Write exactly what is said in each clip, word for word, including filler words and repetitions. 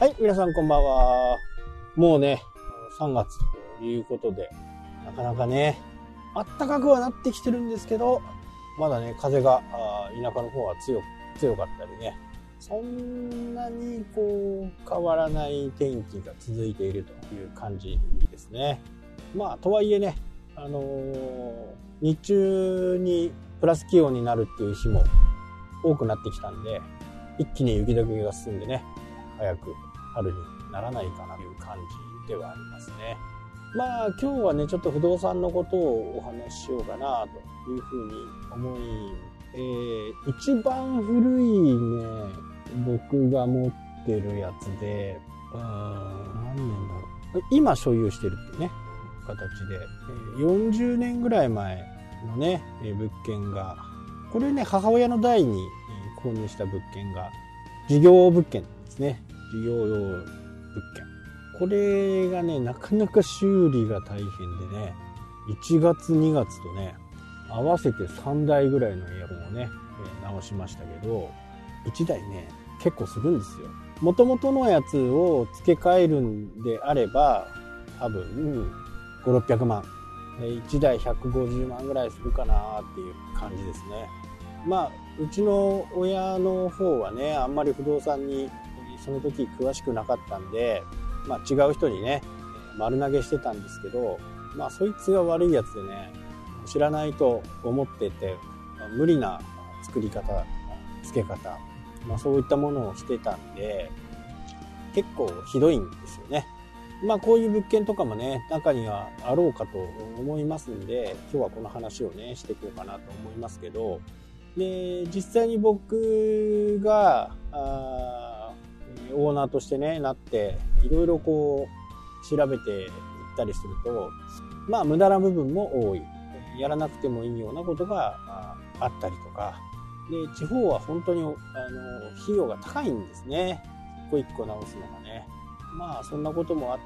はい、皆さんこんばんは。もうね、さんがつということで、なかなかね、暖かくはなってきてるんですけど、まだね、風が田舎の方は強く、強かったりね、そんなにこう、変わらない天気が続いているという感じですね。まあ、とはいえね、あのー、日中にプラス気温になるっていう日も多くなってきたんで、一気に雪解けが進んでね、早く春にならないかなという感じではありますね。まあ今日はねちょっと不動産のことをお話ししようかなというふうに思い、えー、一番古いね僕が持ってるやつで、うーん何年だろう、今所有してるっていうね形でよんじゅうねんぐらい前のね物件が、これね母親の代に購入した物件が事業物件ですね。事業用物件。これがね、なかなか修理が大変でね、いちがつにがつとね、合わせてさんだいぐらいのエアコンをね、直しましたけど、いちだいね、結構するんですよ。元々のやつを付け替えるんであれば、多分ご、ろっぴゃくまん。いちだいひゃくごじゅうまんぐらいするかなっていう感じですね。まあ、うちの親の方はね、あんまり不動産にその時詳しくなかったんで、まあ違う人にね、丸投げしてたんですけど、まあそいつが悪いやつでね、知らないと思ってて、無理な作り方、付け方、まあそういったものをしてたんで、結構ひどいんですよね。まあこういう物件とかもね、中にはあろうかと思いますんで、今日はこの話をね、していこうかなと思いますけど、で、実際に僕が、あーオーナーとしてね、なって、いろいろこう、調べていったりすると、まあ無駄な部分も多い。やらなくてもいいようなことがあったりとか、で、地方は本当に、あの、費用が高いんですね。一個一個直すのがね。まあそんなこともあって、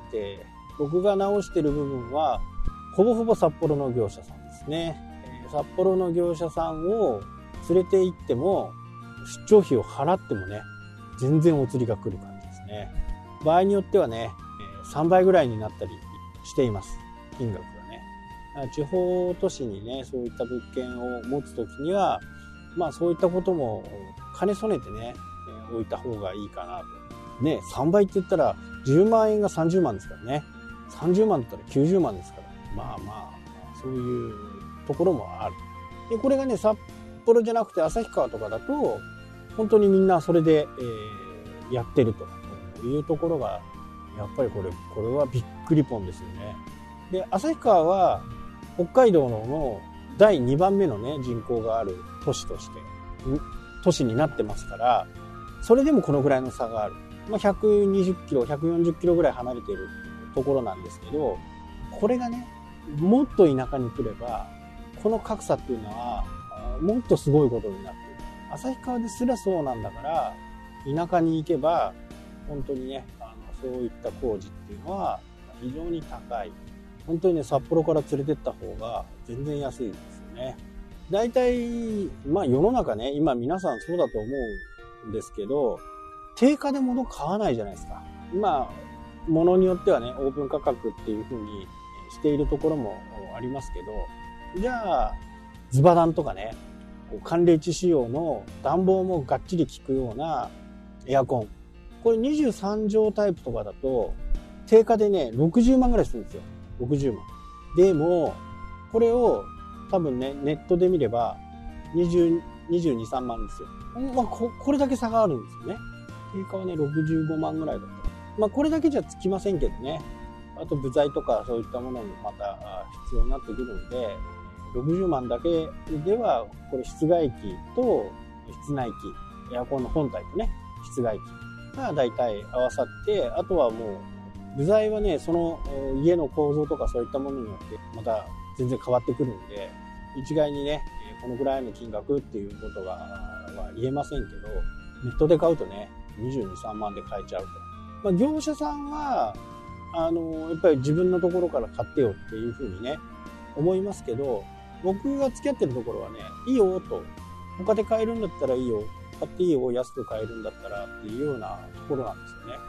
僕が直してる部分は、ほぼほぼ札幌の業者さんですね。札幌の業者さんを連れて行っても、出張費を払ってもね、全然お釣りが来る感じですね。場合によってはね、さんばいぐらいになったりしています。金額がね。地方都市にね、そういった物件を持つときには、まあそういったことも兼ね備えてね、置いた方がいいかなと。ね、さんばいって言ったらじゅうまんえんがさんじゅうまんですからね。さんじゅうまんだったらきゅうじゅうまんですから。まあまあ、そういうところもある。で、これがね、札幌じゃなくて旭川とかだと、本当にみんなそれで、えー、やってるというところが、やっぱりこれ、これはびっくりポンですよね。で、旭川は北海道のだいにばんめのね、人口がある都市として、都市になってますから、それでもこのぐらいの差がある。まあ、ひゃくにじゅっキロ、ひゃくよんじゅっキロぐらい離れているところなんですけど、これがね、もっと田舎に来れば、この格差っていうのは、もっとすごいことになっている。旭川ですらそうなんだから、田舎に行けば、本当にね、あのそういった工事っていうのは非常に高い。本当にね、札幌から連れてった方が全然安いですよね。大体、まあ世の中ね、今皆さんそうだと思うんですけど、定価で物買わないじゃないですか。今、物によってはね、オープン価格っていう風にしているところもありますけど、じゃあ、ズバダンとかね、寒冷地仕様の暖房もがっちり効くようなエアコン。これにじゅうさんじょうタイプとかだと、定価でね、ろくじゅうまんぐらいするんですよ。ろくじゅうまん。でも、これを多分ね、ネットで見れば、にじゅう、にじゅうに、さんまんですよ。まあこ、これだけ差があるんですよね。定価はね、ろくじゅうごまんぐらいだった。まあ、これだけじゃつきませんけどね。あと、部材とかそういったものもまた必要になってくるんで、ろくじゅうまんだけでは、これ室外機と室内機、エアコンの本体とね、室外機がだいたい合わさって、あとはもう、部材はね、その家の構造とかそういったものによってまた全然変わってくるんで、一概にね、このぐらいの金額っていうことがは言えませんけど、ネットで買うとね、にじゅうに、さんまんで買えちゃうと。まあ、業者さんは、あの、やっぱり自分のところから買ってよっていうふうにね、思いますけど、僕が付き合ってるところはね、いいよと、他で買えるんだったらいいよ、買っていいよ、安く買えるんだったらっていうようなところなんですよね。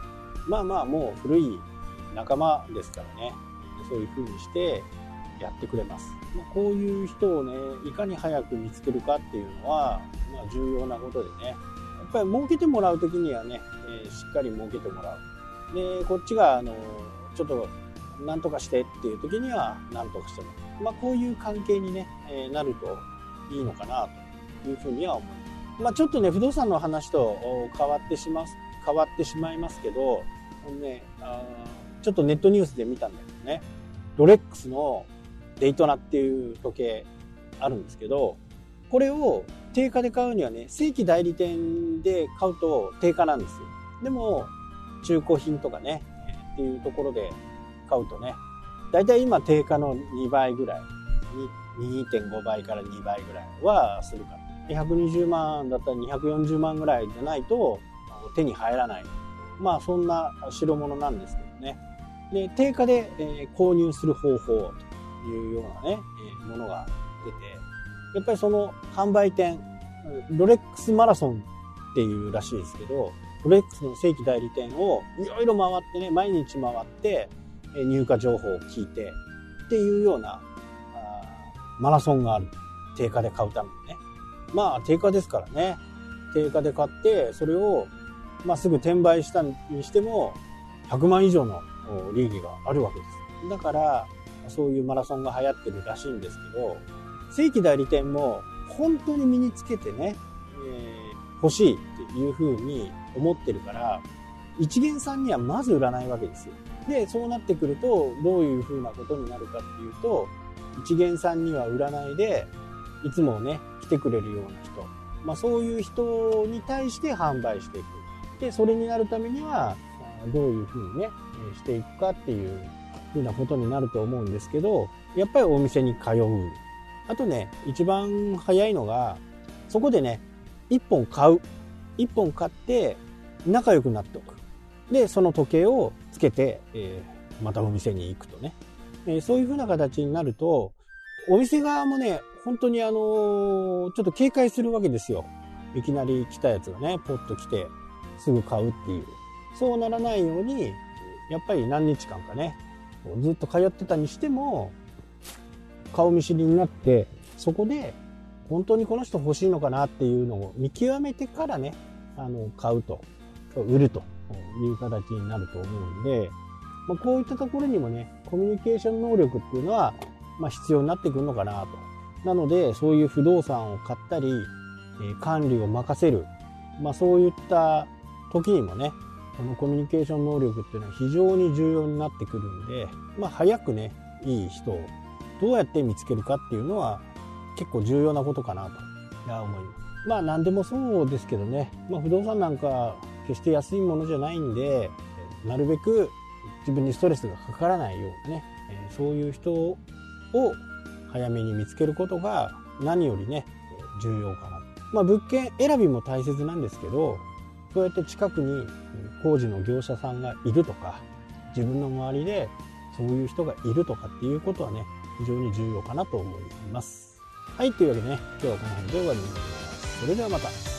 まあまあもう古い仲間ですからね、そういう風にしてやってくれます。まあ、こういう人をねいかに早く見つけるかっていうのは、まあ、重要なことでね、やっぱり儲けてもらう時にはね、えー、しっかり儲けてもらう。でこっちがあのちょっと何とかしてっていう時には何とかしてもらう。まあこういう関係にね、えー、なるといいのかなというふうには思います。まあちょっとね不動産の話と変わってします変わってしまいますけど、ね、あちょっとネットニュースで見たんだけどね、ロレックスのデイトナっていう時計あるんですけど、これを定価で買うにはね、正規代理店で買うと定価なんですよ。でも中古品とかねっていうところで買うとね、だいたい今定価のにばいぐらい、にてんごばいからにばいぐらいはするから、ひゃくにじゅうまんだったらにひゃくよんじゅうまんぐらいじゃないと手に入らない。まあそんな代物なんですけどね。で定価で、えー、購入する方法というようなね、えー、ものが出て、やっぱりその販売店、ロレックスマラソンっていうらしいですけど、ロレックスの正規代理店をいろいろ回ってね、毎日回って入荷情報を聞いてっていうようなマラソンがある。定価で買うためにね。まあ定価ですからね。定価で買ってそれをまあすぐ転売したにしてもひゃくまん以上の利益があるわけです。だからそういうマラソンが流行ってるらしいんですけど、正規代理店も本当に身につけてね、えー、欲しいっていうふうに思ってるから、一元さんにはまず売らないわけですよ。でそうなってくるとどういうふうなことになるかっていうと、一元さんには売らないでいつもね来てくれるような人、まあ、そういう人に対して販売していく。でそれになるためにはどういうふうにねしていくかっていうふうなことになると思うんですけど、やっぱりお店に通う。あとね一番早いのがそこでねいっぽん買う。いっぽん買って仲良くなっておく。でその時計をつけて、えー、またお店に行くとね、えー、そういうふうな形になるとお店側もね本当にあのー、ちょっと警戒するわけですよ。いきなり来たやつがねポッと来てすぐ買うっていう、そうならないようにやっぱり何日間かねずっと通ってたにしても顔見知りになって、そこで本当にこの人欲しいのかなっていうのを見極めてからねあの買うと売るという形になると思うんで、まあ、こういったところにもねコミュニケーション能力っていうのは、まあ、必要になってくるのかなと。なのでそういう不動産を買ったり、えー、管理を任せる、まあ、そういった時にもねこのコミュニケーション能力っていうのは非常に重要になってくるんで、まあ、早くねいい人をどうやって見つけるかっていうのは結構重要なことかなと思います。まあ何でもそうですけどね、まあ、不動産なんか決して安いものじゃないんで、なるべく自分にストレスがかからないようなね、そういう人を早めに見つけることが何よりね重要かな。まあ物件選びも大切なんですけど、そうやって近くに工事の業者さんがいるとか、自分の周りでそういう人がいるとかっていうことはね非常に重要かなと思います。はい、というわけでね今日はこの辺で終わりになります。それではまた。